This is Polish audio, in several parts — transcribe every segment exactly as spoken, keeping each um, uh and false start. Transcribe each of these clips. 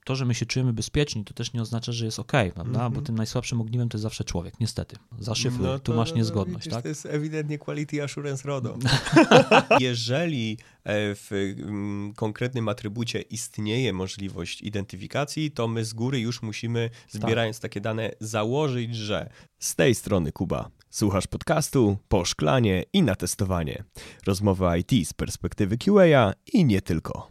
to, że my się czujemy bezpieczni, to też nie oznacza, że jest okej, prawda? Mm-hmm. Bo tym najsłabszym ogniwem to jest zawsze człowiek, niestety. Zaszyfruj, no tu masz no, niezgodność, widzisz, tak? To jest ewidentnie quality assurance RODO. Jeżeli w konkretnym atrybucie istnieje możliwość identyfikacji, to my z góry już musimy, zbierając tak. takie dane, założyć, że z tej strony Kuba, słuchasz podcastu, poszklanie i na testowanie. Rozmowy I T z perspektywy Q A i nie tylko.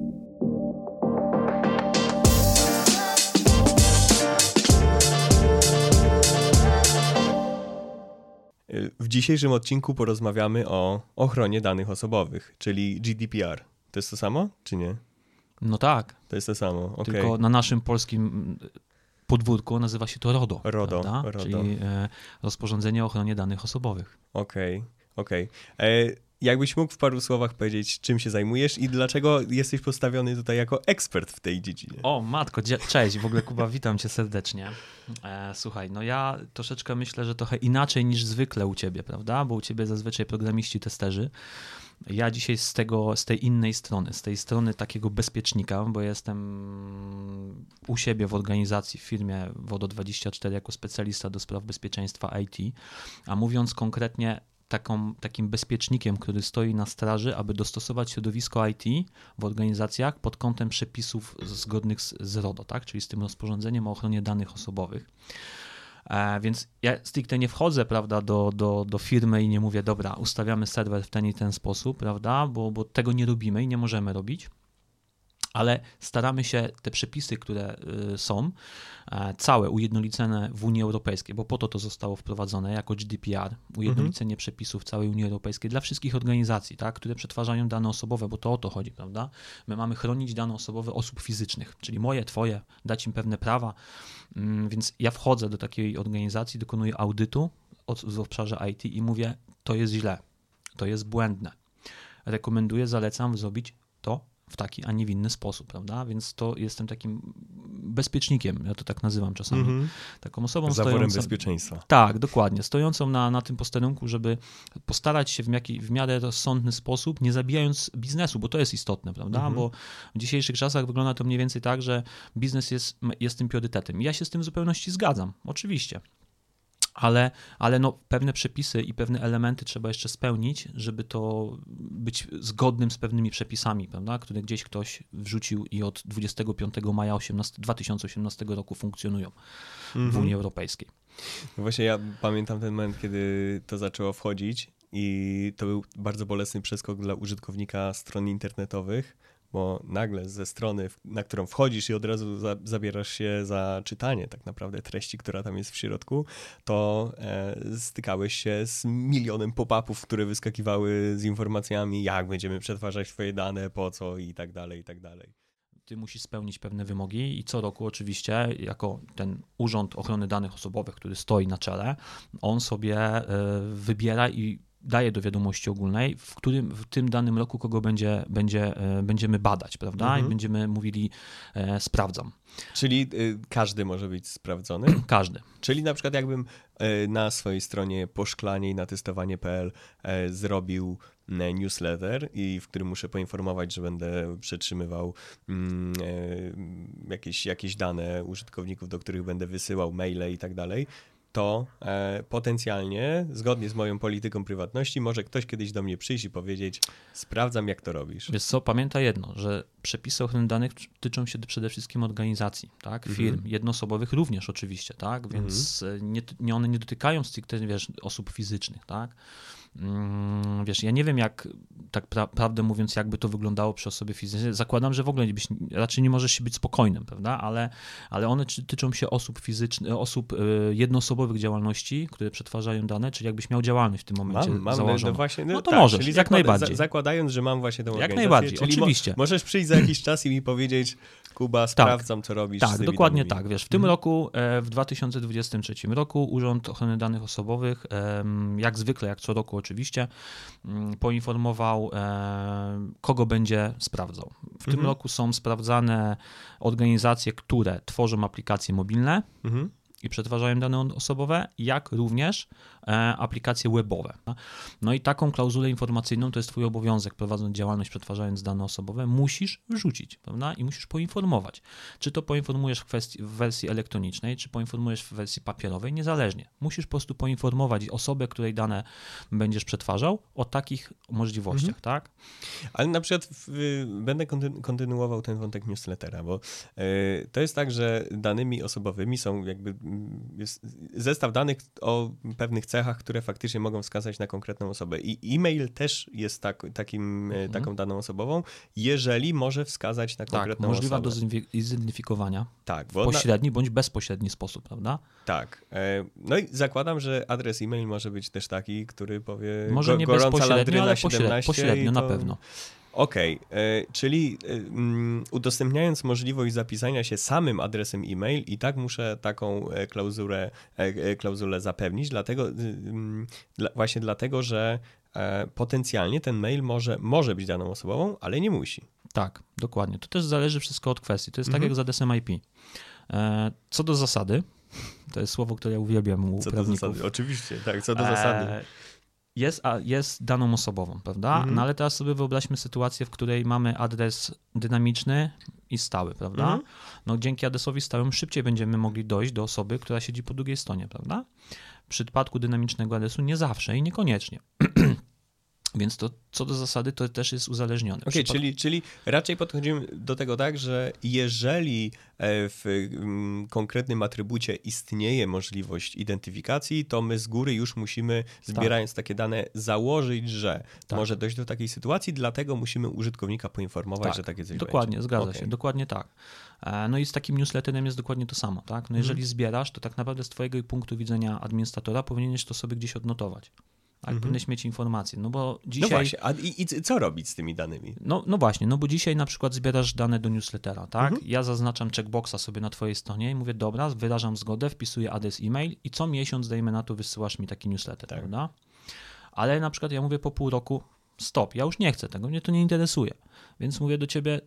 W dzisiejszym odcinku porozmawiamy o ochronie danych osobowych, czyli G D P R. To jest to samo, czy nie? No tak. To jest to samo, okej. Tylko Okay. na naszym polskim podwórku nazywa się to RODO. RODO, RODO. Czyli e, rozporządzenie o ochronie danych osobowych. Okej, okay, okej. Okay. Jakbyś mógł w paru słowach powiedzieć, czym się zajmujesz i dlaczego jesteś postawiony tutaj jako ekspert w tej dziedzinie? O, matko, cześć. W ogóle, Kuba, witam cię serdecznie. E, słuchaj, no ja troszeczkę myślę, że trochę inaczej niż zwykle u ciebie, prawda? Bo u ciebie zazwyczaj programiści, testerzy. Ja dzisiaj z tego, z tej innej strony, z tej strony takiego bezpiecznika, bo jestem u siebie w organizacji, w firmie WODO dwadzieścia cztery jako specjalista do spraw bezpieczeństwa I T, a mówiąc konkretnie taką, takim bezpiecznikiem, który stoi na straży, aby dostosować środowisko I T w organizacjach pod kątem przepisów zgodnych z, z RODO, tak? Czyli z tym rozporządzeniem o ochronie danych osobowych. E, więc ja stricte nie wchodzę, prawda, do, do, do firmy i nie mówię, dobra, ustawiamy serwer w ten i ten sposób, prawda, bo, bo tego nie robimy i nie możemy robić, ale staramy się te przepisy, które y, są, e, całe ujednolicone w Unii Europejskiej, bo po to to zostało wprowadzone jako G D P R, ujednolicenie mhm. przepisów całej Unii Europejskiej dla wszystkich organizacji, tak, które przetwarzają dane osobowe, bo to o to chodzi, prawda? My mamy chronić dane osobowe osób fizycznych, czyli moje, twoje, dać im pewne prawa, mm, więc ja wchodzę do takiej organizacji, dokonuję audytu od, w obszarze I T i mówię, to jest źle, to jest błędne. Rekomenduję, zalecam zrobić to w taki, a nie w inny sposób, prawda? Więc to jestem takim bezpiecznikiem, ja to tak nazywam czasami, mm-hmm. taką osobą Zaworem stojącą... bezpieczeństwa. Tak, dokładnie, stojącą na, na tym posterunku, żeby postarać się w, jaki, w miarę rozsądny sposób, nie zabijając biznesu, bo to jest istotne, prawda? Mm-hmm. Bo w dzisiejszych czasach wygląda to mniej więcej tak, że biznes jest, jest tym priorytetem. I ja się z tym w zupełności zgadzam, oczywiście. Ale, ale no, pewne przepisy i pewne elementy trzeba jeszcze spełnić, żeby to być zgodnym z pewnymi przepisami, prawda, które gdzieś ktoś wrzucił i od dwudziestego piątego maja dwa tysiące osiemnastego roku funkcjonują mm-hmm. w Unii Europejskiej. No właśnie ja pamiętam ten moment, kiedy to zaczęło wchodzić i to był bardzo bolesny przeskok dla użytkownika stron internetowych, bo nagle ze strony, na którą wchodzisz i od razu za, zabierasz się za czytanie tak naprawdę treści, która tam jest w środku, to e, stykałeś się z milionem pop-upów, które wyskakiwały z informacjami, jak będziemy przetwarzać twoje dane, po co i tak dalej, i tak dalej. Ty musisz spełnić pewne wymogi i co roku oczywiście jako ten Urząd Ochrony Danych Osobowych, który stoi na czele, on sobie y, wybiera i daje do wiadomości ogólnej, w którym w tym danym roku kogo będzie, będzie, e, będziemy badać, prawda? Mhm. I będziemy mówili e, sprawdzam. Czyli y, każdy może być sprawdzony? Każdy. Czyli na przykład jakbym y, na swojej stronie poszklanie i na testowanie kropka p l y, zrobił y, newsletter, i w którym muszę poinformować, że będę przetrzymywał y, y, jakieś, jakieś dane użytkowników, do których będę wysyłał maile i tak dalej, to e, potencjalnie, zgodnie z moją polityką prywatności, może ktoś kiedyś do mnie przyjść i powiedzieć, sprawdzam, jak to robisz. Wiesz co, pamiętaj jedno, że przepisy ochrony danych tyczą się przede wszystkim organizacji, tak, firm, mhm. jednoosobowych również oczywiście, tak, więc mhm. nie, nie, one nie dotykają stricte, wiesz, osób fizycznych, tak. Wiesz, ja nie wiem, jak tak pra- prawdę mówiąc, jakby to wyglądało przy osobie fizycznej. Zakładam, że w ogóle byś, raczej nie możesz się być spokojnym, prawda? Ale, ale one tyczą się osób fizycznych, osób y, jednoosobowych działalności, które przetwarzają dane, czyli jakbyś miał działalność w tym momencie mam, mam, założoną. No, właśnie, no, no to tak, możesz, czyli jak zakłada, najbardziej. Za, zakładając, że mam właśnie tę organizację. Jak najbardziej, czyli oczywiście. Mo- możesz przyjść za jakiś czas i mi powiedzieć, Kuba, sprawdzam, tak, co robisz tak, z tymi dokładnie danymi. tak. Wiesz, w tym mhm. roku, w dwa tysiące dwudziestym trzecim roku Urząd Ochrony Danych Osobowych, jak zwykle, jak co roku oczywiście, poinformował, kogo będzie sprawdzał. W mhm. tym roku są sprawdzane organizacje, które tworzą aplikacje mobilne, mhm. i przetwarzają dane osobowe, jak również e, aplikacje webowe. No i taką klauzulę informacyjną, to jest twój obowiązek, prowadząc działalność, przetwarzając dane osobowe, musisz wrzucić, prawda? I musisz poinformować. Czy to poinformujesz w, kwestii, w wersji elektronicznej, czy poinformujesz w wersji papierowej, niezależnie. Musisz po prostu poinformować osobę, której dane będziesz przetwarzał, o takich możliwościach, mhm. tak? Ale na przykład w, będę kontynu- kontynuował ten wątek newslettera, bo y, to jest tak, że danymi osobowymi są jakby jest zestaw danych o pewnych cechach, które faktycznie mogą wskazać na konkretną osobę. I e-mail też jest tak, takim, mhm. taką daną osobową, jeżeli może wskazać na konkretną tak, możliwa osobę. do zidentyfikowania tak, w pośredni na... bądź bezpośredni sposób, prawda? Tak. No i zakładam, że adres e-mail może być też taki, który powie może go, nie gorąca bezpośrednio, ale siedemnaście pośrednio to... na pewno. Okej, okay. czyli um, udostępniając możliwość zapisania się samym adresem e-mail i tak muszę taką klauzulę, klauzulę zapewnić, dlatego um, dla, właśnie dlatego, że e, potencjalnie ten mail może, może być daną osobową, ale nie musi. Tak, dokładnie. To też zależy wszystko od kwestii. To jest mhm. tak jak z adresem I P. E, co do zasady, to jest słowo, które ja uwielbiam u Co prawników. do zasady, oczywiście, tak, co do zasady. E, Jest, a jest daną osobową, prawda? Mhm. No ale teraz sobie wyobraźmy sytuację, w której mamy adres dynamiczny i stały, prawda? Mhm. No dzięki adresowi stałemu szybciej będziemy mogli dojść do osoby, która siedzi po drugiej stronie, prawda? W przypadku dynamicznego adresu nie zawsze i niekoniecznie. Więc to co do zasady to też jest uzależnione. Okej, okay, Przypad... czyli, czyli raczej podchodzimy do tego tak, że jeżeli w konkretnym atrybucie istnieje możliwość identyfikacji, to my z góry już musimy, zbierając tak. takie dane, założyć, że tak. może dojść do takiej sytuacji, dlatego musimy użytkownika poinformować, tak. że takie coś Dokładnie, będzie. zgadza okay. się, dokładnie tak. No i z takim newsletterem jest dokładnie to samo, tak? No jeżeli hmm. zbierasz, to tak naprawdę z twojego punktu widzenia administratora powinieneś to sobie gdzieś odnotować. Tak, mhm. powinieneś mieć informacje, no bo dzisiaj... No właśnie, a i, i co robić z tymi danymi? No, no właśnie, no bo dzisiaj na przykład zbierasz dane do newslettera, tak? Mhm. Ja zaznaczam checkboxa sobie na twojej stronie i mówię, dobra, wyrażam zgodę, wpisuję adres e-mail i co miesiąc, dajmy na to, wysyłasz mi taki newsletter, tak. prawda? Ale na przykład ja mówię po pół roku, stop, ja już nie chcę tego, mnie to nie interesuje, więc mówię do ciebie,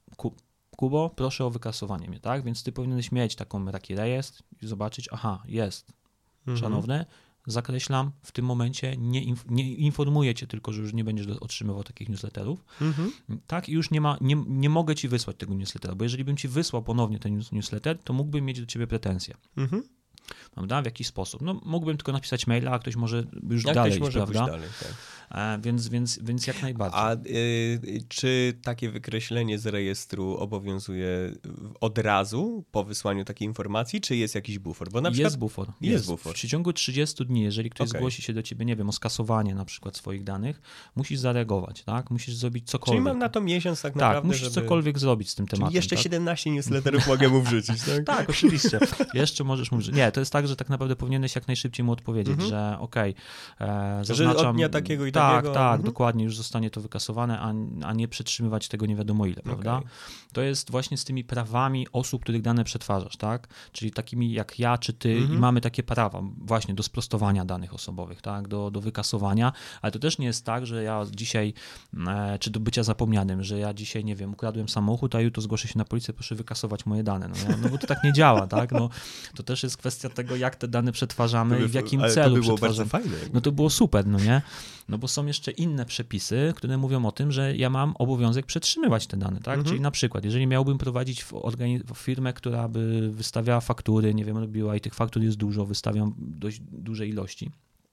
Kubo, proszę o wykasowanie mnie, tak? Więc ty powinieneś mieć taką, taki rejestr i zobaczyć, aha, jest, mhm. szanowny, zakreślam, w tym momencie nie, inf- nie informuję cię tylko, że już nie będziesz otrzymywał takich newsletterów. Mhm. Tak, i już nie ma, nie, nie mogę ci wysłać tego newslettera, bo jeżeli bym ci wysłał ponownie ten newsletter, to mógłbym mieć do ciebie pretensje. Mhm. Prawda? W jaki sposób? No mógłbym tylko napisać maila, a ktoś może już jak dalej ktoś iść, może prawda? Dalej, tak. A, więc, więc, więc jak najbardziej. A y, czy takie wykreślenie z rejestru obowiązuje od razu po wysłaniu takiej informacji, czy jest jakiś bufor? Bo na jest przykład... bufor. Jest, jest bufor. W przeciągu trzydziestu dni, jeżeli ktoś okay. zgłosi się do ciebie, nie wiem, o skasowanie na przykład swoich danych, musisz zareagować, tak? Musisz zrobić cokolwiek. Czyli mam na to miesiąc tak naprawdę, Tak, musisz żeby... cokolwiek zrobić z tym tematem. Czyli jeszcze tak? siedemnaście newsletterów mogę mu wrzucić, tak? Tak, oczywiście. Jeszcze możesz mu wrzucić. Nie, to jest tak, że tak naprawdę powinieneś jak najszybciej mu odpowiedzieć, mhm. że okej, okay, zaznaczam... Że od dnia takiego i tak, takiego... Tak, tak, mhm. dokładnie, już zostanie to wykasowane, a, a nie przetrzymywać tego nie wiadomo ile, prawda? Okay. To jest właśnie z tymi prawami osób, których dane przetwarzasz, tak? Czyli takimi jak ja czy ty mhm. i mamy takie prawa właśnie do sprostowania danych osobowych, tak? Do, do wykasowania, ale to też nie jest tak, że ja dzisiaj, e, czy do bycia zapomnianym, że ja dzisiaj, nie wiem, ukradłem samochód, a jutro zgłoszę się na policję, proszę wykasować moje dane, no, no bo to tak nie działa, tak? No, to też jest kwestia tego, jak te dane przetwarzamy by, i w jakim ale celu to by było przetwarzamy. Bardzo fajne. No to było super, no nie? No bo są jeszcze inne przepisy, które mówią o tym, że ja mam obowiązek przetrzymywać te dane, tak? Mhm. Czyli na przykład, jeżeli miałbym prowadzić w organi- w firmę, która by wystawiała faktury, nie wiem, robiła i tych faktur jest dużo, wystawiam dość duże ilości,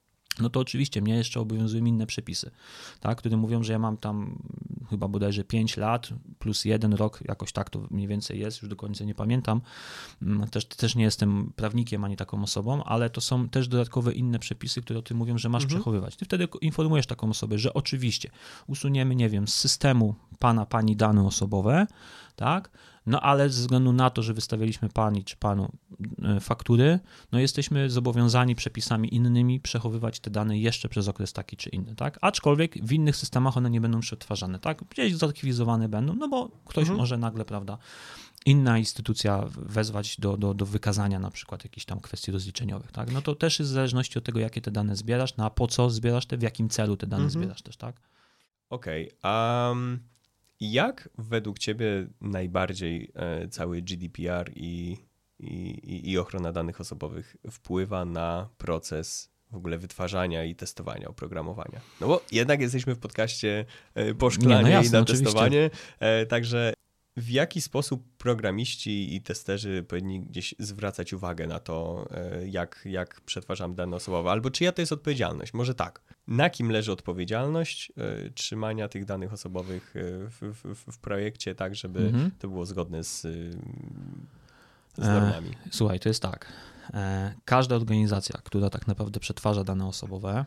no to oczywiście mnie jeszcze obowiązują inne przepisy, tak, które mówią, że ja mam tam chyba bodajże pięć lat plus jeden rok, jakoś tak to mniej więcej jest, już do końca nie pamiętam, też, też nie jestem prawnikiem ani taką osobą, ale to są też dodatkowe inne przepisy, które o tym mówią, że masz mhm. przechowywać. Ty wtedy informujesz taką osobę, że oczywiście usuniemy, nie wiem, z systemu pana, pani dane osobowe, tak, no ale ze względu na to, że wystawialiśmy pani czy panu faktury, no jesteśmy zobowiązani przepisami innymi przechowywać te dane jeszcze przez okres taki czy inny, tak? Aczkolwiek w innych systemach one nie będą przetwarzane, tak? Gdzieś zarchiwizowane będą, no bo ktoś mhm. może nagle, prawda, inna instytucja wezwać do, do, do wykazania na przykład jakichś tam kwestii rozliczeniowych, tak? No to też jest w zależności od tego, jakie te dane zbierasz, no a po co zbierasz te, w jakim celu te dane mhm. zbierasz też, tak? Okej, okay, um... Jak według ciebie najbardziej e, cały G D P R i i, i ochrona danych osobowych wpływa na proces w ogóle wytwarzania i testowania oprogramowania. No bo jednak jesteśmy w podcaście po szklanie Nie, no jasne, i na oczywiście. testowanie, także w jaki sposób programiści i testerzy powinni gdzieś zwracać uwagę na to, jak, jak przetwarzamy dane osobowe, albo czyja to jest odpowiedzialność? Może tak, na kim leży odpowiedzialność trzymania tych danych osobowych w, w, w projekcie tak, żeby mhm. to było zgodne z, z normami? Słuchaj, to jest tak. Każda organizacja, która tak naprawdę przetwarza dane osobowe,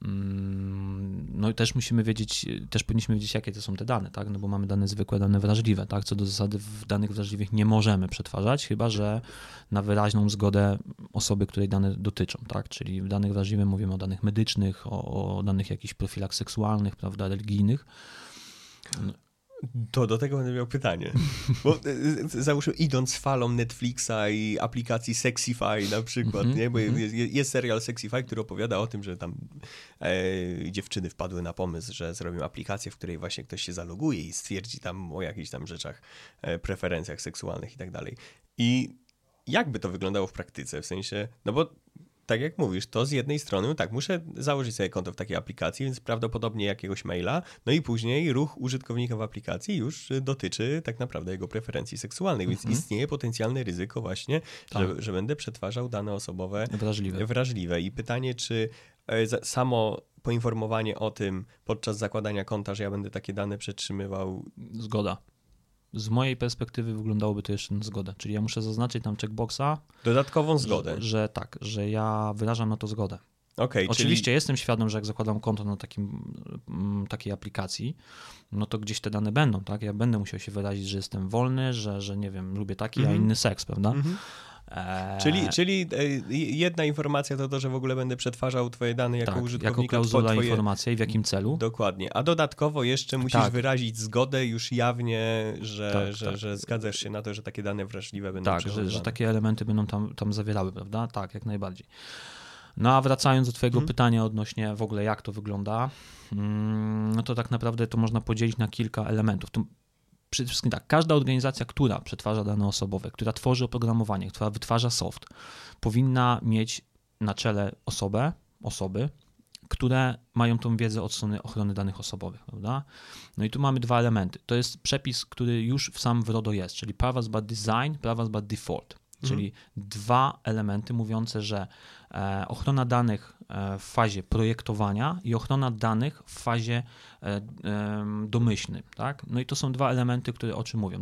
no i też musimy wiedzieć, też powinniśmy wiedzieć, jakie to są te dane, tak? No bo mamy dane zwykłe, dane wrażliwe, tak? Co do zasady w danych wrażliwych nie możemy przetwarzać, chyba że na wyraźną zgodę osoby, której dane dotyczą, tak? Czyli w danych wrażliwych mówimy o danych medycznych, o, o danych jakichś profilach seksualnych, prawda, religijnych. No. To do tego będę miał pytanie. Bo załóżmy, idąc falą Netflixa i aplikacji Sexify na przykład, mm-hmm, nie? Bo mm-hmm. jest, jest serial Sexify, który opowiada o tym, że tam e, dziewczyny wpadły na pomysł, że zrobią aplikację, w której właśnie ktoś się zaloguje i stwierdzi tam o jakichś tam rzeczach, e, preferencjach seksualnych i tak dalej. I jakby to wyglądało w praktyce? W sensie, no bo tak jak mówisz, to z jednej strony, tak, muszę założyć sobie konto w takiej aplikacji, więc prawdopodobnie jakiegoś maila, no i później ruch użytkownika w aplikacji już dotyczy tak naprawdę jego preferencji seksualnych, więc mhm. istnieje potencjalne ryzyko właśnie, tak. że, że będę przetwarzał dane osobowe wrażliwe. wrażliwe. I pytanie, czy samo poinformowanie o tym podczas zakładania konta, że ja będę takie dane przetrzymywał... Zgoda. Z mojej perspektywy wyglądałoby to jeszcze na zgodę, czyli ja muszę zaznaczyć tam checkboxa. Dodatkową zgodę. Że, że tak, że ja wyrażam na to zgodę. Okay, Oczywiście czyli... jestem świadom, że jak zakładam konto na takim, takiej aplikacji, no to gdzieś te dane będą, tak? Ja będę musiał się wyrazić, że jestem wolny, że, że nie wiem, lubię taki, mm-hmm. a inny seks, prawda? Mm-hmm. Eee... Czyli, czyli jedna informacja to to, że w ogóle będę przetwarzał twoje dane jako tak, użytkownika. Jako klauzula twoje... informacja i w jakim celu. Dokładnie. A dodatkowo jeszcze musisz tak. wyrazić zgodę już jawnie, że, tak, że, tak. że zgadzasz się na to, że takie dane wrażliwe będą tak, przechowywane. Tak, że, że takie elementy będą tam, tam zawierały, prawda? Tak, jak najbardziej. No a wracając do twojego hmm. pytania odnośnie w ogóle jak to wygląda, no to tak naprawdę to można podzielić na kilka elementów. To przede wszystkim tak, każda organizacja, która przetwarza dane osobowe, która tworzy oprogramowanie, która wytwarza soft, powinna mieć na czele osobę, osoby, które mają tą wiedzę od strony ochrony danych osobowych, prawda? No i tu mamy dwa elementy. To jest przepis, który już w sam w RODO jest, czyli privacy by design, privacy by default. Czyli mhm. dwa elementy mówiące, że e, ochrona danych e, w fazie projektowania i ochrona danych w fazie e, e, domyślnej. Tak? No i to są dwa elementy, które o czym mówią.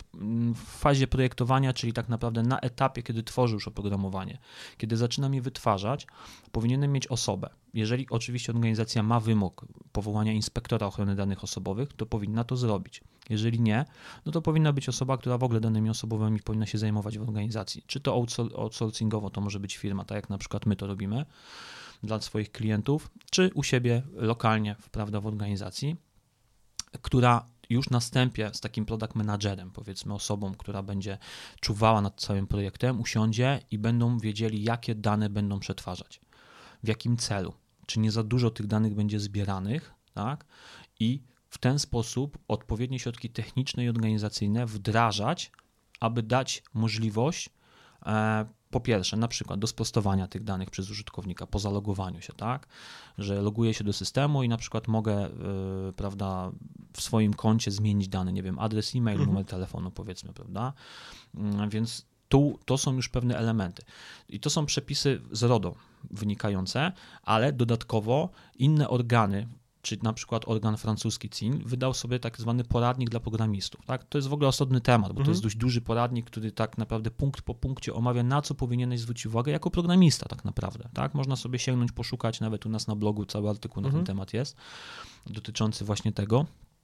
W fazie projektowania, czyli tak naprawdę na etapie, kiedy tworzę już oprogramowanie, kiedy zaczynam je wytwarzać, powinienem mieć osobę. Jeżeli oczywiście organizacja ma wymóg powołania inspektora ochrony danych osobowych, to powinna to zrobić. Jeżeli nie, no to powinna być osoba, która w ogóle danymi osobowymi powinna się zajmować w organizacji. Czy to outsourcingowo to może być firma, tak jak na przykład my to robimy dla swoich klientów, czy u siebie lokalnie, prawda, w organizacji, która już na wstępie z takim product managerem, powiedzmy osobą, która będzie czuwała nad całym projektem, usiądzie i będą wiedzieli, jakie dane będą przetwarzać, w jakim celu, czy nie za dużo tych danych będzie zbieranych, tak? I w ten sposób odpowiednie środki techniczne i organizacyjne wdrażać, aby dać możliwość e, po pierwsze, na przykład do sprostowania tych danych przez użytkownika po zalogowaniu się, tak, że loguję się do systemu i na przykład mogę, yy, prawda, w swoim koncie zmienić dane, nie wiem, adres e-mail, mhm. numer telefonu, powiedzmy, prawda, yy, więc tu to są już pewne elementy i to są przepisy z RODO wynikające, ale dodatkowo inne organy, czy na przykład organ francuski C I N wydał sobie tak zwany poradnik dla programistów. Tak? To jest w ogóle osobny temat, bo mhm. to jest dość duży poradnik, który tak naprawdę punkt po punkcie omawia, na co powinieneś zwrócić uwagę jako programista tak naprawdę. Tak? Można sobie sięgnąć, poszukać, nawet u nas na blogu cały artykuł na mhm. ten temat jest, dotyczący właśnie tego.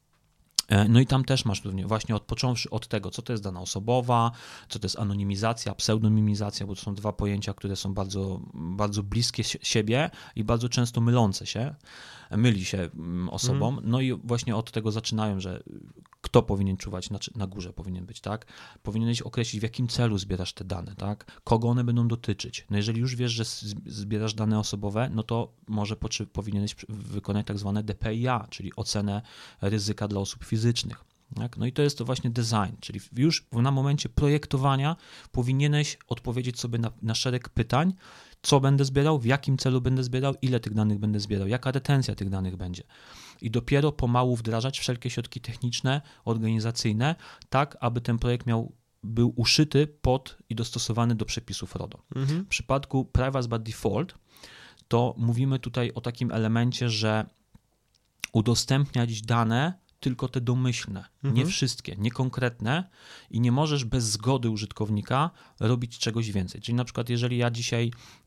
No i tam też masz pewnie właśnie odpocząwszy od tego, co to jest dana osobowa, co to jest anonimizacja, pseudonimizacja, bo to są dwa pojęcia, które są bardzo, bardzo bliskie siebie i bardzo często mylące się, myli się osobom. Mm. No i właśnie od tego zaczynają, że kto powinien czuwać, na, na górze powinien być, tak? Powinieneś określić, w jakim celu zbierasz te dane, tak? Kogo one będą dotyczyć. No jeżeli już wiesz, że zbierasz dane osobowe, no to może powinieneś wykonać tak zwane D P I A, czyli ocenę ryzyka dla osób fizycznych. Tak? No i to jest to właśnie design, czyli już na momencie projektowania powinieneś odpowiedzieć sobie na, na szereg pytań, co będę zbierał, w jakim celu będę zbierał, ile tych danych będę zbierał, jaka retencja tych danych będzie. I dopiero pomału wdrażać wszelkie środki techniczne, organizacyjne, tak aby ten projekt miał, był uszyty pod i dostosowany do przepisów RODO. Mhm. W przypadku Privacy by Default to mówimy tutaj o takim elemencie, że udostępniać dane tylko te domyślne, mhm. nie wszystkie, nie konkretne i nie możesz bez zgody użytkownika robić czegoś więcej. Czyli na przykład jeżeli ja dzisiaj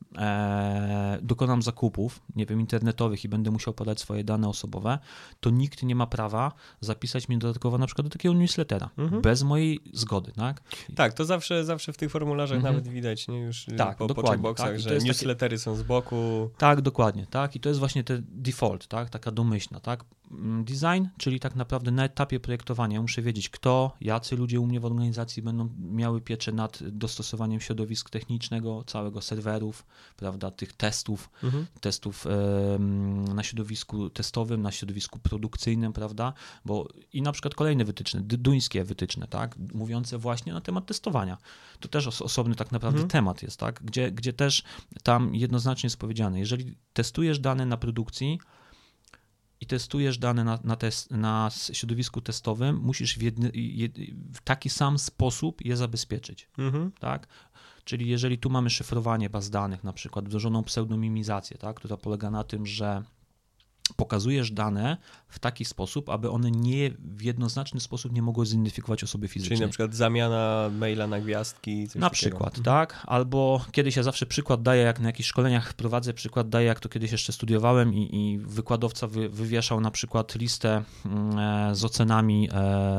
e, dokonam zakupów, nie wiem, internetowych i będę musiał podać swoje dane osobowe, to nikt nie ma prawa zapisać mnie dodatkowo na przykład do takiego newslettera, mhm. bez mojej zgody, tak? Tak, to zawsze, zawsze w tych formularzach mhm. nawet widać, nie? Już tak, po, po checkboxach, tak? że newslettery takie... są z boku. Tak, dokładnie, tak? I to jest właśnie ten default, tak? Taka domyślna, tak? Design, czyli tak naprawdę na etapie projektowania muszę wiedzieć, kto, jacy ludzie u mnie w organizacji będą miały pieczę nad dostosowaniem środowisk technicznego, całego serwerów, prawda, tych testów, mhm. testów e, na środowisku testowym, na środowisku produkcyjnym, prawda, bo i na przykład kolejne wytyczne, duńskie wytyczne, tak, mówiące właśnie na temat testowania. To też os- osobny tak naprawdę mhm. temat jest, tak, gdzie, gdzie też tam jednoznacznie jest powiedziane, jeżeli testujesz dane na produkcji, i testujesz dane na, na, test, na środowisku testowym, musisz w, jedny, jed, w taki sam sposób je zabezpieczyć. Mhm. Tak? Czyli jeżeli tu mamy szyfrowanie baz danych, na przykład wdrożoną pseudonimizację, tak? która polega na tym, że pokazujesz dane w taki sposób, aby one nie w jednoznaczny sposób nie mogły zidentyfikować osoby fizycznej. Czyli na przykład zamiana maila na gwiazdki. Coś na takiego. Przykład, mhm. tak. Albo kiedyś ja zawsze przykład daję, jak na jakichś szkoleniach prowadzę, przykład daję, jak to kiedyś jeszcze studiowałem i, i wykładowca wy, wywieszał na przykład listę e, z ocenami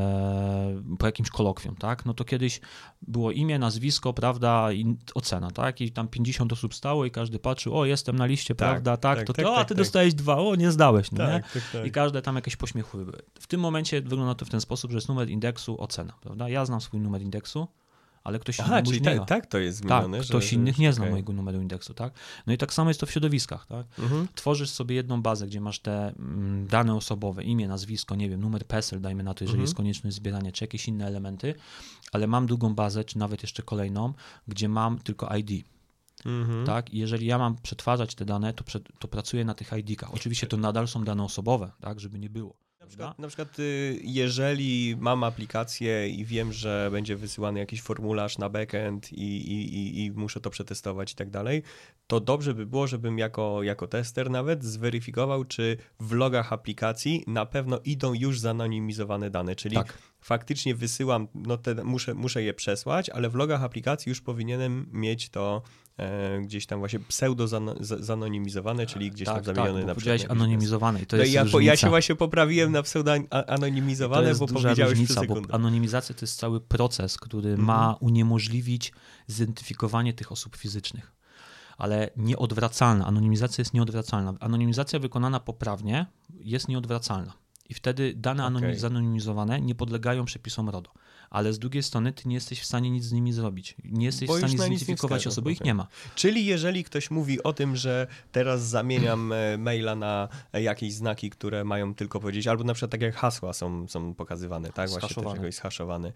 e, po jakimś kolokwium, tak. No to kiedyś było imię, nazwisko, prawda, i ocena, tak. I tam pięćdziesiąt osób stało i każdy patrzył, o, jestem na liście, tak, prawda, tak, tak to, tak, to, tak, a ty tak. dostałeś dwa, o, nie zdałeś, no, tak, nie? Tak, tak. I każde tam jakieś pośmiechy były. W tym momencie wygląda to w ten sposób, że jest numer indeksu, ocena, prawda? Ja znam swój numer indeksu, ale ktoś Aha, inny czyli nie tak, tak to jest zmienione. Tak, ktoś że, innych że, nie okay. zna mojego numeru indeksu, tak? No i tak samo jest to w środowiskach, tak? Mhm. Tworzysz sobie jedną bazę, gdzie masz te mm, dane osobowe, imię, nazwisko, nie wiem, numer PESEL, dajmy na to, jeżeli mhm. jest konieczność zbierania, czy jakieś inne elementy, ale mam drugą bazę, czy nawet jeszcze kolejną, gdzie mam tylko I D. Mhm. Tak? I jeżeli ja mam przetwarzać te dane, to, przed, to pracuję na tych I D-kach. Oczywiście to nadal są dane osobowe, tak? Żeby nie było. Na przykład, na przykład jeżeli mam aplikację i wiem, że będzie wysyłany jakiś formularz na backend i, i, i, i muszę to przetestować i tak dalej, to dobrze by było, żebym jako, jako tester nawet zweryfikował, czy w logach aplikacji na pewno idą już zanonimizowane dane, czyli tak. faktycznie wysyłam, no te, muszę, muszę je przesłać, ale w logach aplikacji już powinienem mieć to e, gdzieś tam właśnie pseudo zanonimizowane, czyli gdzieś tak, tam zamienione tak, na powiedziałeś anonimizowane i to no jest ja, różnica. ja się właśnie poprawiłem na pseudoanonimizowane, bo powiedziałeś różnica, przez bo anonimizacja to jest cały proces, który mhm. ma uniemożliwić zidentyfikowanie tych osób fizycznych, ale nieodwracalna. Anonimizacja jest nieodwracalna. Anonimizacja wykonana poprawnie jest nieodwracalna i wtedy dane okay. zanonimizowane nie podlegają przepisom RODO. Ale z drugiej strony ty nie jesteś w stanie nic z nimi zrobić. Nie jesteś Bo w stanie zidentyfikować osoby, ich nie ma. Czyli jeżeli ktoś mówi o tym, że teraz zamieniam maila na jakieś znaki, które mają tylko powiedzieć, albo na przykład tak jak hasła są, są pokazywane, tak? Właśnie też jakoś zhaszowane,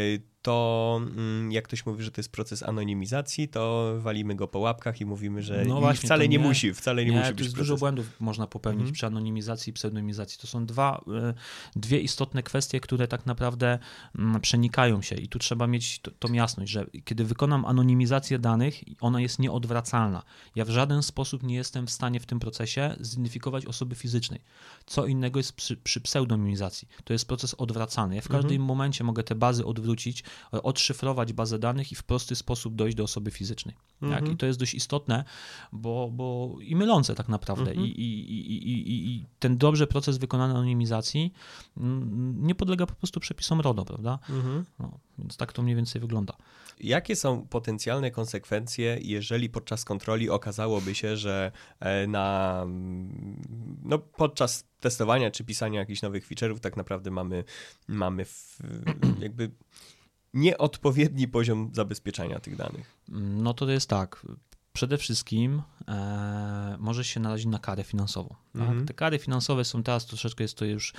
to jak ktoś mówi, że to jest proces anonimizacji, to walimy go po łapkach i mówimy, że no właśnie, wcale nie, nie musi, wcale nie, nie musi być jest proces. Dużo błędów można popełnić mhm. przy anonimizacji i pseudonimizacji. To są dwa, dwie istotne kwestie, które tak naprawdę przenikają się i tu trzeba mieć tą jasność, że kiedy wykonam anonimizację danych, ona jest nieodwracalna. Ja w żaden sposób nie jestem w stanie w tym procesie zidentyfikować osoby fizycznej. Co innego jest przy, przy pseudonimizacji. To jest proces odwracany. Ja w każdym mhm. momencie mogę te bazy odwrócić, odszyfrować bazę danych i w prosty sposób dojść do osoby fizycznej. Mhm. Tak? I to jest dość istotne, bo, bo i mylące tak naprawdę. Mhm. I, i, i, i, I ten dobrze proces wykonany anonimizacji nie podlega po prostu przepisom RODO, prawda? Mhm. No, więc tak to mniej więcej wygląda. Jakie są potencjalne konsekwencje, jeżeli podczas kontroli okazałoby się, że na, no, podczas testowania czy pisania jakichś nowych feature'ów tak naprawdę mamy, mamy w, jakby nieodpowiedni poziom zabezpieczania tych danych? No to jest tak. przede wszystkim e, możesz się narazić na karę finansową. Tak? Mhm. Te kary finansowe są teraz troszeczkę, jest to już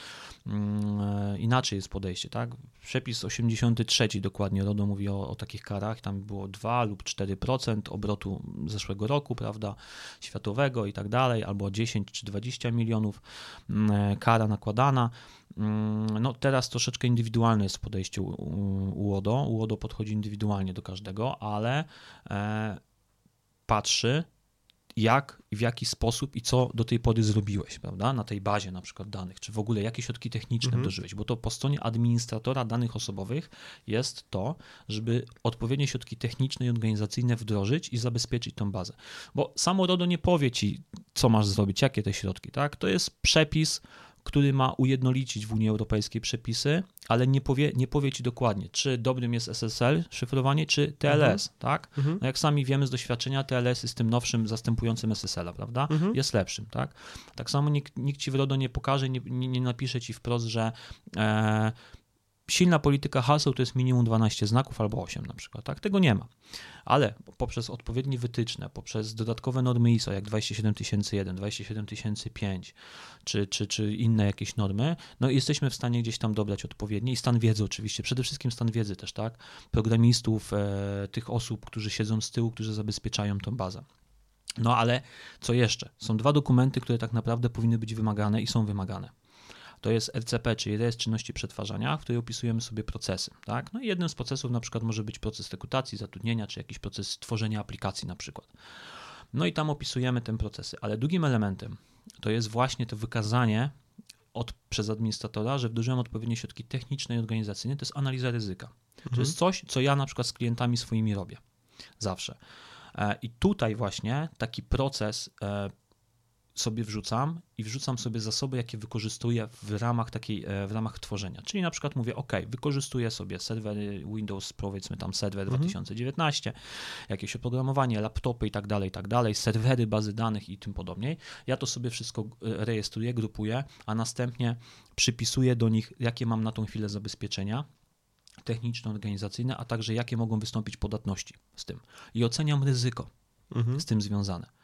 mm, inaczej jest podejście. Tak? Przepis osiemdziesiąty trzeci dokładnie RODO mówi o, o takich karach, tam było dwa lub cztery procent obrotu zeszłego roku, prawda, światowego i tak dalej, albo dziesięć czy dwadzieścia milionów mm, kara nakładana. No teraz troszeczkę indywidualne jest podejście u, u RODO. U RODO podchodzi indywidualnie do każdego, ale e, patrzy jak i w jaki sposób i co do tej pory zrobiłeś, prawda, na tej bazie na przykład danych, czy w ogóle jakie środki techniczne mhm. wdrożyłeś, bo to po stronie administratora danych osobowych jest to, żeby odpowiednie środki techniczne i organizacyjne wdrożyć i zabezpieczyć tą bazę, bo samo RODO nie powie ci, co masz zrobić, jakie te środki, tak, to jest przepis, który ma ujednolicić w Unii Europejskiej przepisy, ale nie powie, nie powie ci dokładnie, czy dobrym jest S S L, szyfrowanie, czy T L S, mhm. tak? Mhm. No jak sami wiemy z doświadczenia, T L S jest tym nowszym, zastępującym S S L-a, prawda? Mhm. Jest lepszym, tak? Tak samo nikt, nikt ci w RODO nie pokaże, nie, nie, nie napisze ci wprost, że e, silna polityka haseł to jest minimum dwanaście znaków albo osiem na przykład, tak? Tego nie ma. Ale poprzez odpowiednie wytyczne, poprzez dodatkowe normy I S O, jak dwadzieścia siedem tysięcy jeden, dwadzieścia siedem tysięcy pięć, czy, czy, czy inne jakieś normy, no jesteśmy w stanie gdzieś tam dobrać odpowiednie i stan wiedzy oczywiście, przede wszystkim stan wiedzy też, tak? Programistów, e, tych osób, którzy siedzą z tyłu, którzy zabezpieczają tą bazę. No ale co jeszcze? Są dwa dokumenty, które tak naprawdę powinny być wymagane i są wymagane. To jest R C P, czyli rejestr czynności przetwarzania, w której opisujemy sobie procesy. Tak? No i jednym z procesów na przykład może być proces rekrutacji, zatrudnienia, czy jakiś proces tworzenia aplikacji na przykład. No i tam opisujemy te procesy, ale drugim elementem to jest właśnie to wykazanie od, przez administratora, że wdrożyłem odpowiednie środki techniczne i organizacyjne, to jest analiza ryzyka. Mhm. To jest coś, co ja na przykład z klientami swoimi robię. Zawsze. I tutaj właśnie taki proces sobie wrzucam i wrzucam sobie zasoby, jakie wykorzystuję w ramach takiej, w ramach tworzenia. Czyli na przykład mówię, ok, wykorzystuję sobie serwery Windows, powiedzmy tam serwer mhm. dwa tysiące dziewiętnaście, jakieś oprogramowanie, laptopy i tak dalej, i tak dalej, serwery, bazy danych i tym podobniej. Ja to sobie wszystko rejestruję, grupuję, a następnie przypisuję do nich, jakie mam na tą chwilę zabezpieczenia techniczne, organizacyjne, a także jakie mogą wystąpić podatności z tym. I oceniam ryzyko mhm. z tym związane.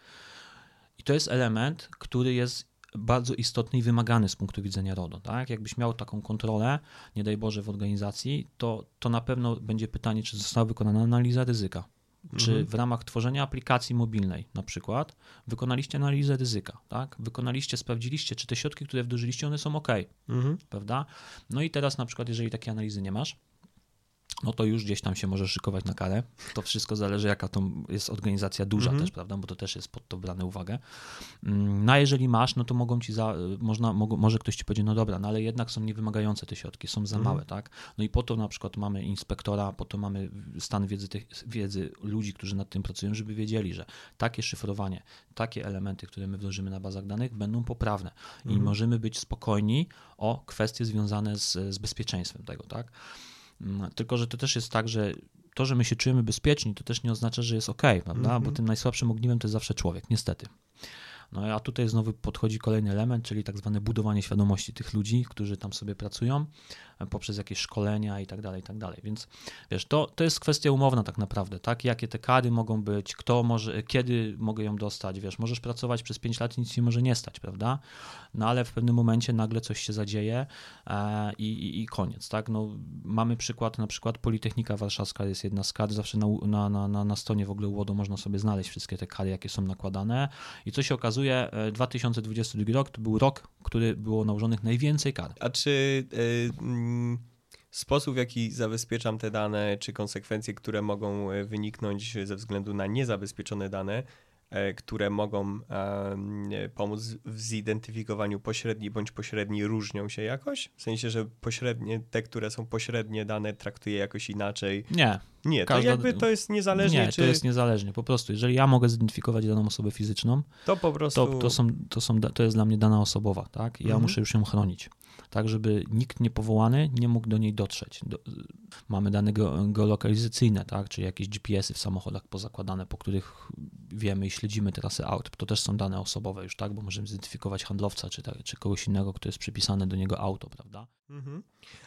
I to jest element, który jest bardzo istotny i wymagany z punktu widzenia RODO. Tak? Jakbyś miał taką kontrolę, nie daj Boże, w organizacji, to, to na pewno będzie pytanie, czy została wykonana analiza ryzyka. Mhm. Czy w ramach tworzenia aplikacji mobilnej na przykład wykonaliście analizę ryzyka, tak? Wykonaliście, sprawdziliście, czy te środki, które wdrożyliście, one są ok, mhm. prawda? No i teraz na przykład, jeżeli takiej analizy nie masz, no to już gdzieś tam się może szykować na karę. To wszystko zależy, jaka to jest organizacja duża mhm. też, prawda, bo to też jest pod to brane uwagę. No a jeżeli masz, no to mogą ci za, można, mogą, może ktoś ci powiedzie, no dobra, no ale jednak są niewymagające te środki, są za mhm. małe, tak? No i po to na przykład mamy inspektora, po to mamy stan wiedzy, tych, wiedzy ludzi, którzy nad tym pracują, żeby wiedzieli, że takie szyfrowanie, takie elementy, które my wdrożymy na bazach danych, będą poprawne i mhm. możemy być spokojni o kwestie związane z, z bezpieczeństwem tego, tak? Tylko że to też jest tak, że to, że my się czujemy bezpieczni, to też nie oznacza, że jest ok, prawda? Mm-hmm. Bo tym najsłabszym ogniwem to jest zawsze człowiek, niestety. No a tutaj znowu podchodzi kolejny element, czyli tak zwane budowanie świadomości tych ludzi, którzy tam sobie pracują poprzez jakieś szkolenia i tak dalej, i tak dalej. Więc wiesz, to, to jest kwestia umowna tak naprawdę, tak? Jakie te kary mogą być, kto może, kiedy mogę ją dostać, wiesz, możesz pracować przez pięć lat i nic się może nie stać, prawda? No ale w pewnym momencie nagle coś się zadzieje e, i, i koniec, tak? No mamy przykład, na przykład Politechnika Warszawska jest jedna z kar, zawsze na, na, na, na, na stronie w ogóle UODO można sobie znaleźć wszystkie te kary, jakie są nakładane i co się okazuje, dwa tysiące dwudziesty drugi rok to był rok, który było nałożonych najwięcej kar. A czy y, y, sposób, w jaki zabezpieczam te dane, czy konsekwencje, które mogą wyniknąć ze względu na niezabezpieczone dane, y, które mogą y, pomóc w zidentyfikowaniu pośredni bądź pośredni, różnią się jakoś? W sensie, że pośrednie, te, które są pośrednie dane, traktuję jakoś inaczej? Nie. Nie, to Każda... jakby to jest niezależnie. Nie, czy... to jest niezależnie. Po prostu, jeżeli ja mogę zidentyfikować daną osobę fizyczną, to po prostu... To, to, są, to, są, to jest dla mnie dana osobowa, tak? I ja mhm. muszę już ją chronić, tak, żeby nikt niepowołany nie mógł do niej dotrzeć. Do, mamy dane ge- geolokalizacyjne, tak? Czyli jakieś G P S y w samochodach pozakładane, po których wiemy i śledzimy trasy aut. To też są dane osobowe już, tak? Bo możemy zidentyfikować handlowca, czy, tak, czy kogoś innego, kto jest przypisane do niego auto, prawda? Mhm.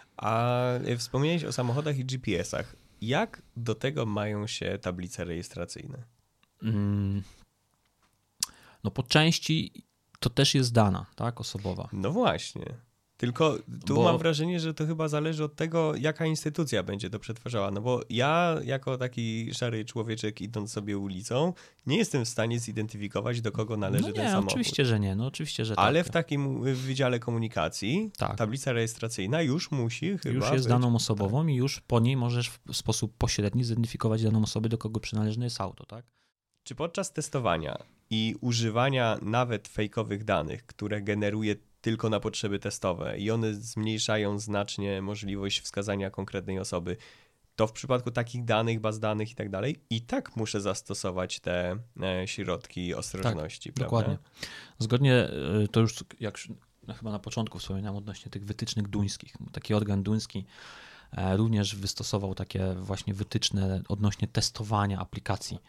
A wspomniałeś o samochodach i G P S ach. Jak do tego mają się tablice rejestracyjne? no po części to też jest dana, tak, osobowa. No właśnie. Tylko tu Bo... mam wrażenie, że to chyba zależy od tego, jaka instytucja będzie to przetwarzała. No bo ja, jako taki szary człowieczek idąc sobie ulicą, nie jestem w stanie zidentyfikować, do kogo należy no nie, ten samochód. Oczywiście, że nie. No oczywiście, że Ale tak. w takim wydziale komunikacji tak. tablica rejestracyjna już musi chyba Już jest być... daną osobową tak. i już po niej możesz w sposób pośredni zidentyfikować daną osobę, do kogo przynależne jest auto, tak? Czy podczas testowania i używania nawet fejkowych danych, które generuje tylko na potrzeby testowe i one zmniejszają znacznie możliwość wskazania konkretnej osoby, to w przypadku takich danych, baz danych i tak dalej, i tak muszę zastosować te e, środki ostrożności, tak, prawda? Dokładnie. Zgodnie, to już jak no chyba na początku wspominałem odnośnie tych wytycznych duńskich. Taki organ duński również wystosował takie właśnie wytyczne odnośnie testowania aplikacji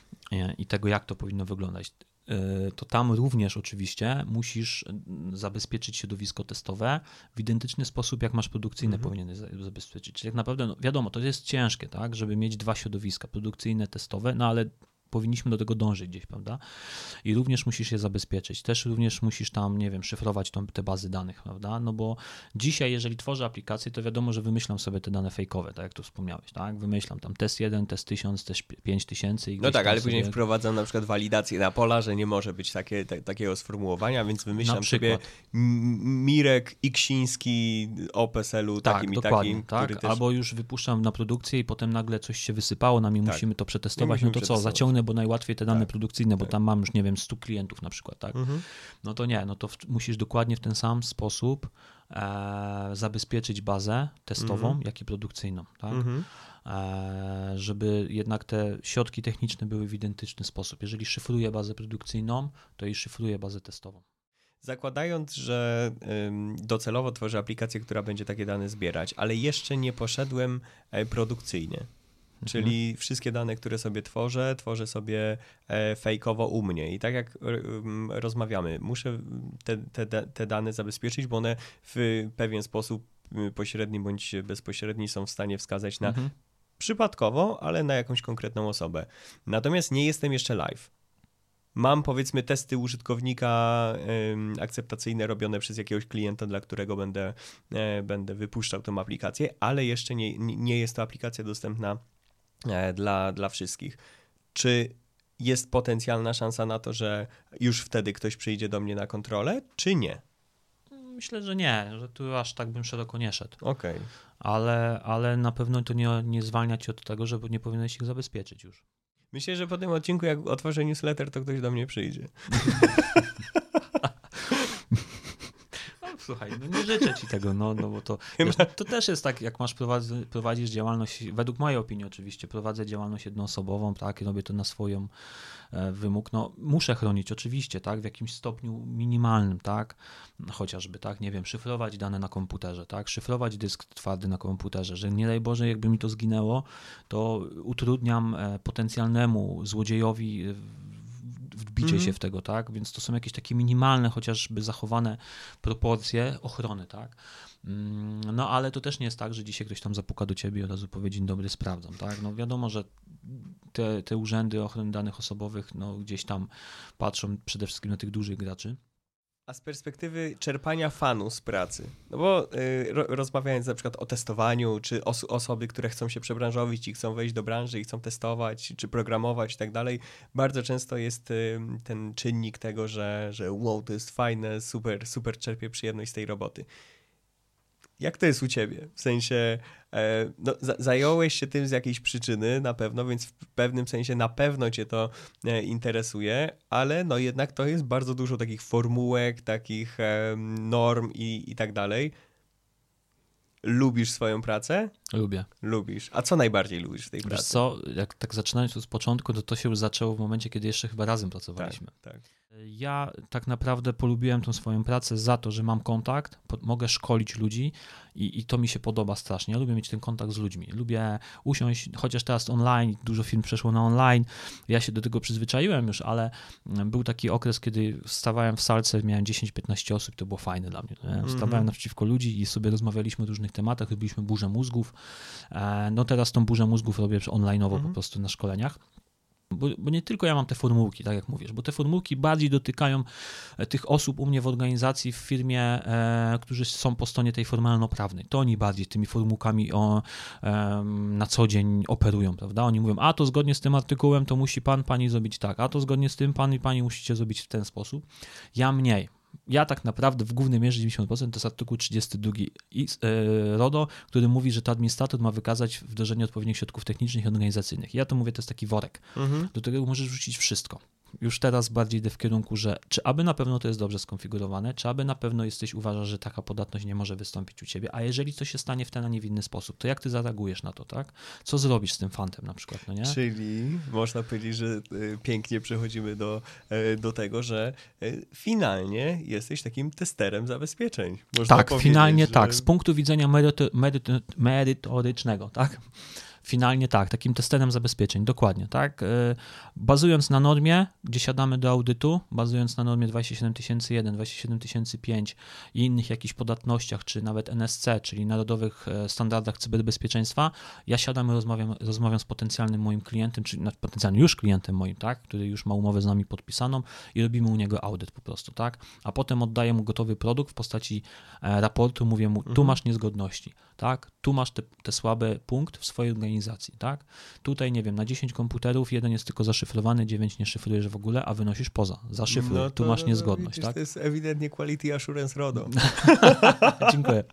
i tego, jak to powinno wyglądać. To tam również oczywiście musisz zabezpieczyć środowisko testowe w identyczny sposób, jak masz produkcyjne, mhm. powinieneś zabezpieczyć. Czyli tak naprawdę, no wiadomo, to jest ciężkie, tak, żeby mieć dwa środowiska, produkcyjne, testowe, no ale powinniśmy do tego dążyć gdzieś, prawda? I również musisz je zabezpieczyć. Też również musisz tam, nie wiem, szyfrować tą, te bazy danych, prawda? No bo dzisiaj, jeżeli tworzę aplikację, to wiadomo, że wymyślam sobie te dane fejkowe, tak jak tu wspomniałeś, tak? Wymyślam tam test jeden, test tysiąc, test pięć tysięcy. I no tak, ale sobie... później wprowadzam na przykład walidację na pola, że nie może być takie, t- takiego sformułowania, więc wymyślam sobie Mirek Iksiński o P E S L-u tak, takim i takim. Tak, też... też... Albo już wypuszczam na produkcję i potem nagle coś się wysypało, nam i tak. musimy to przetestować, no to co, zaciągnę, bo najłatwiej te dane tak. produkcyjne, bo tak. tam mam już, nie wiem, stu klientów na przykład, tak? Mhm. No to nie, no to w, musisz dokładnie w ten sam sposób e, zabezpieczyć bazę testową, mhm. jak i produkcyjną, tak? Mhm. E, żeby jednak te środki techniczne były w identyczny sposób. Jeżeli szyfruję bazę produkcyjną, to i szyfruję bazę testową. Zakładając, że ym, docelowo tworzę aplikację, która będzie takie dane zbierać, ale jeszcze nie poszedłem e, produkcyjnie. Czyli mhm. wszystkie dane, które sobie tworzę, tworzę sobie e, fejkowo u mnie. I tak jak um, rozmawiamy, muszę te, te, te dane zabezpieczyć, bo one w pewien sposób pośredni bądź bezpośredni są w stanie wskazać na mhm. przypadkowo, ale na jakąś konkretną osobę. Natomiast nie jestem jeszcze live. Mam, powiedzmy, testy użytkownika y, akceptacyjne robione przez jakiegoś klienta, dla którego będę, y, będę wypuszczał tą aplikację, ale jeszcze nie, nie jest to aplikacja dostępna Dla, dla wszystkich. Czy jest potencjalna szansa na to, że już wtedy ktoś przyjdzie do mnie na kontrolę, czy nie? Myślę, że nie, że tu aż tak bym szeroko nie szedł. Okej. Okay. Ale, ale na pewno to nie, nie zwalnia cię od tego, żeby nie powinieneś ich zabezpieczyć już. Myślę, że po tym odcinku, jak otworzę newsletter, to ktoś do mnie przyjdzie. Słuchaj, no nie życzę ci tego, no, no bo to, wiesz, to też jest tak, jak masz prowadzi, prowadzisz działalność, według mojej opinii oczywiście, prowadzę działalność jednoosobową, tak, i robię to na swoją e, wymóg, no muszę chronić oczywiście, tak, w jakimś stopniu minimalnym, tak, chociażby, tak, nie wiem, szyfrować dane na komputerze, tak, szyfrować dysk twardy na komputerze, że nie daj Boże, jakby mi to zginęło, to utrudniam e, potencjalnemu złodziejowi e, wbicie mm-hmm. się w tego, tak? Więc to są jakieś takie minimalne, chociażby zachowane proporcje ochrony, tak? No ale to też nie jest tak, że dzisiaj ktoś tam zapuka do ciebie i od razu powie dzień dobry, sprawdzam, tak? No wiadomo, że te, te urzędy ochrony danych osobowych, no gdzieś tam patrzą przede wszystkim na tych dużych graczy. A z perspektywy czerpania fanu z pracy, no bo y, ro, rozmawiając na przykład o testowaniu, czy os- osoby, które chcą się przebranżowić i chcą wejść do branży i chcą testować, czy programować i tak dalej, bardzo często jest y, ten czynnik tego, że, że wow, to jest fajne, super, super czerpię przyjemność z tej roboty. Jak to jest u ciebie? W sensie, e, no, za, zająłeś się tym z jakiejś przyczyny na pewno, więc w pewnym sensie na pewno cię to e, interesuje, ale no jednak to jest bardzo dużo takich formułek, takich e, norm i, i tak dalej. Lubisz swoją pracę? Lubię. Lubisz. A co najbardziej lubisz w tej pracy? Wiesz co, jak tak zaczynając od początku, to to się już zaczęło w momencie, kiedy jeszcze chyba razem pracowaliśmy. Tak, tak. Ja tak naprawdę polubiłem tą swoją pracę za to, że mam kontakt, po, mogę szkolić ludzi i, i to mi się podoba strasznie. Ja lubię mieć ten kontakt z ludźmi. Lubię usiąść, chociaż teraz online, dużo firm przeszło na online. Ja się do tego przyzwyczaiłem już, ale był taki okres, kiedy stawałem w salce, miałem dziesięć piętnaście osób, to było fajne dla mnie. Nie? Stawałem mm-hmm. naprzeciwko ludzi i sobie rozmawialiśmy o różnych tematach, robiliśmy burzę mózgów. No teraz tą burzę mózgów robię online'owo mm-hmm. po prostu na szkoleniach. bo, bo nie tylko ja mam te formułki, tak jak mówisz, bo te formułki bardziej dotykają tych osób u mnie w organizacji, w firmie, e, którzy są po stronie tej formalno-prawnej. To oni bardziej tymi formułkami o, e, na co dzień operują, prawda? Oni mówią, a to zgodnie z tym artykułem to musi pan, pani zrobić tak, a to zgodnie z tym pan i pani musicie zrobić w ten sposób. Ja mniej. Ja tak naprawdę w głównej mierze dziewięćdziesiąt procent to jest artykuł trzydziesty drugi RODO, który mówi, że to administrator ma wykazać wdrożenie odpowiednich środków technicznych i organizacyjnych. Ja to mówię, to jest taki worek, mhm. do którego możesz wrzucić wszystko. Już teraz bardziej idę w kierunku, że czy aby na pewno to jest dobrze skonfigurowane, czy aby na pewno jesteś uważasz, że taka podatność nie może wystąpić u ciebie, a jeżeli to się stanie w ten, a nie w inny sposób, to jak ty zareagujesz na to, tak? Co zrobisz z tym fantem na przykład, no nie? Czyli można powiedzieć, że pięknie przechodzimy do, do tego, że finalnie jesteś takim testerem zabezpieczeń. Można tak, powiedzieć, finalnie że... tak, z punktu widzenia meryto, meryto, merytorycznego, tak? Finalnie tak, takim testerem zabezpieczeń, dokładnie, tak. Bazując na normie, gdzie siadamy do audytu, bazując na normie dwadzieścia siedem tysięcy jeden, dwadzieścia siedem tysięcy pięć i innych jakichś podatnościach, czy nawet N S C, czyli Narodowych Standardach Cyberbezpieczeństwa, ja siadam i rozmawiam, rozmawiam z potencjalnym moim klientem, czy potencjalnym już klientem moim, tak, który już ma umowę z nami podpisaną i robimy u niego audyt po prostu, tak, a potem oddaję mu gotowy produkt w postaci raportu, mówię mu, tu mhm. masz niezgodności, tak, tu masz te, te słabe punkt w swojej organizacji, tak? Tutaj, nie wiem, na dziesięć komputerów jeden jest tylko zaszyfrowany, dziewięć nie szyfrujesz w ogóle, a wynosisz poza. Zaszyfruj, no to, tu masz niezgodność, widzisz, tak? To jest ewidentnie quality assurance RODO. Dziękuję.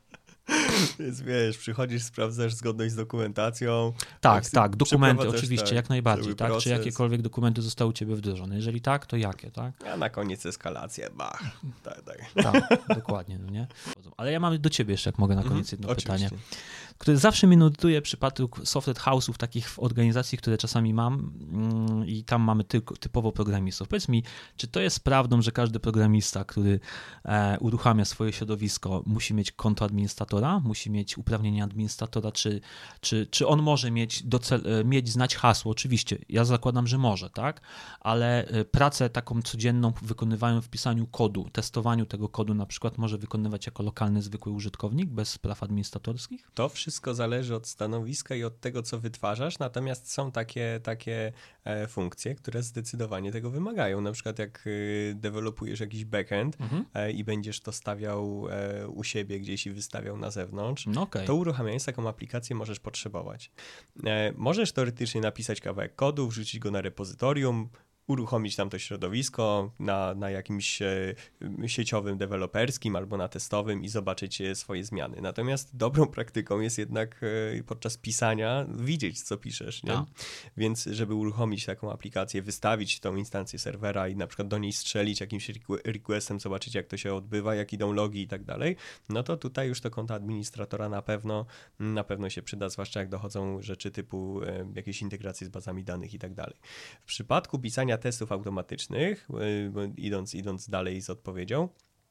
Więc wiesz, przychodzisz, sprawdzasz zgodność z dokumentacją. Tak, tak, dokumenty oczywiście, tak, jak najbardziej, tak? Proces. Czy jakiekolwiek dokumenty zostały u ciebie wdrożone? Jeżeli tak, to jakie, tak? A na koniec eskalacja, bach. Tak, tak. Tak, dokładnie, no nie? Ale ja mam do ciebie jeszcze, jak mogę na koniec jedno mhm, pytanie, oczywiście. które zawsze mnie notuje przypadek software house'ów, takich organizacji, które czasami mam mm, i tam mamy tylko typowo programistów. Powiedz mi, czy to jest prawdą, że każdy programista, który e, uruchamia swoje środowisko, musi mieć konto administratora, musi mieć uprawnienia administratora, czy, czy, czy on może mieć, docel, mieć, znać hasło? Oczywiście, ja zakładam, że może, tak? Ale pracę taką codzienną wykonywają w pisaniu kodu, testowaniu tego kodu na przykład może wykonywać jako lokalny, zwykły użytkownik bez praw administratorskich? To wszystko zależy od stanowiska i od tego, co wytwarzasz, natomiast są takie, takie e, funkcje, które zdecydowanie tego wymagają. Na przykład jak y, dewelopujesz jakiś backend mhm. e, i będziesz to stawiał e, u siebie gdzieś i wystawiał na zewnątrz, no okay. to uruchamiając taką aplikację możesz potrzebować. E, możesz teoretycznie napisać kawałek kodu, wrzucić go na repozytorium, uruchomić tam to środowisko na, na jakimś e, sieciowym deweloperskim albo na testowym i zobaczyć swoje zmiany. Natomiast dobrą praktyką jest jednak e, podczas pisania widzieć, co piszesz, nie? Więc żeby uruchomić taką aplikację, wystawić tą instancję serwera i na przykład do niej strzelić jakimś requestem, zobaczyć, jak to się odbywa, jak idą logi i tak dalej, no to tutaj już to konto administratora na pewno na pewno się przyda, zwłaszcza jak dochodzą rzeczy typu e, jakieś integracje z bazami danych i tak dalej. W przypadku pisania testów automatycznych, idąc, idąc dalej z odpowiedzią,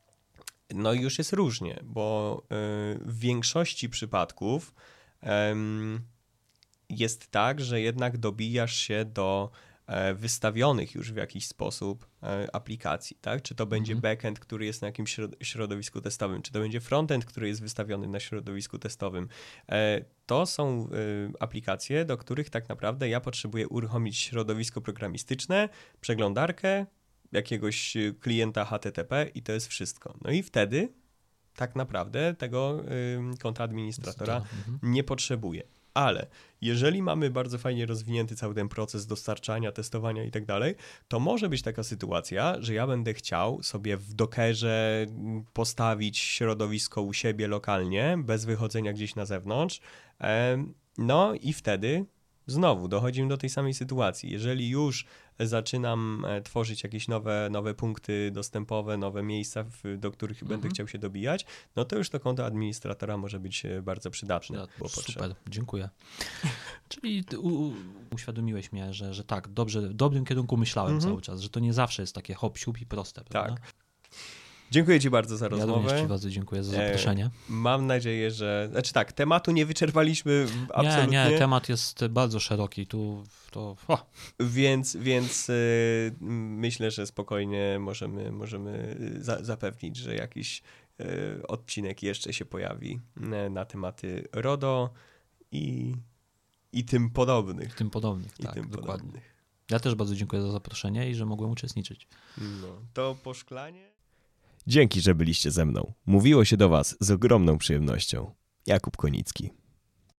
no już jest różnie, bo w większości przypadków jest tak, że jednak dobijasz się do wystawionych już w jakiś sposób aplikacji, tak? Czy to będzie mhm. backend, który jest na jakimś środowisku testowym, czy to będzie frontend, który jest wystawiony na środowisku testowym. To są aplikacje, do których tak naprawdę ja potrzebuję uruchomić środowisko programistyczne, przeglądarkę, jakiegoś klienta H T T P i to jest wszystko. No i wtedy tak naprawdę tego konta administratora mhm. nie potrzebuję. Ale jeżeli mamy bardzo fajnie rozwinięty cały ten proces dostarczania, testowania i tak dalej, to może być taka sytuacja, że ja będę chciał sobie w Dockerze postawić środowisko u siebie lokalnie, bez wychodzenia gdzieś na zewnątrz. No i wtedy znowu dochodzimy do tej samej sytuacji. Jeżeli już zaczynam tworzyć jakieś nowe, nowe punkty dostępowe, nowe miejsca, w, do których mhm. będę chciał się dobijać, no to już to konto administratora może być bardzo przydatne. Bo super, dziękuję. Czyli u, u, uświadomiłeś mnie, że, że tak, dobrze, w dobrym kierunku myślałem mhm. cały czas, że to nie zawsze jest takie hop, siup i proste. Prawda? Tak. Dziękuję ci bardzo za rozmowę. Ja również ci bardzo dziękuję za zaproszenie. E, mam nadzieję, że... Znaczy tak, tematu nie wyczerpaliśmy absolutnie. Nie, nie, temat jest bardzo szeroki. Tu to... O. Więc, więc y, myślę, że spokojnie możemy, możemy za, zapewnić, że jakiś y, odcinek jeszcze się pojawi na tematy RODO i, i tym podobnych. Tym podobnych, I tak, tym dokładnie. Podobnych. Ja też bardzo dziękuję za zaproszenie i że mogłem uczestniczyć. No, to po szklanie? Dzięki, że byliście ze mną. Mówiło się do was z ogromną przyjemnością. Jakub Konicki.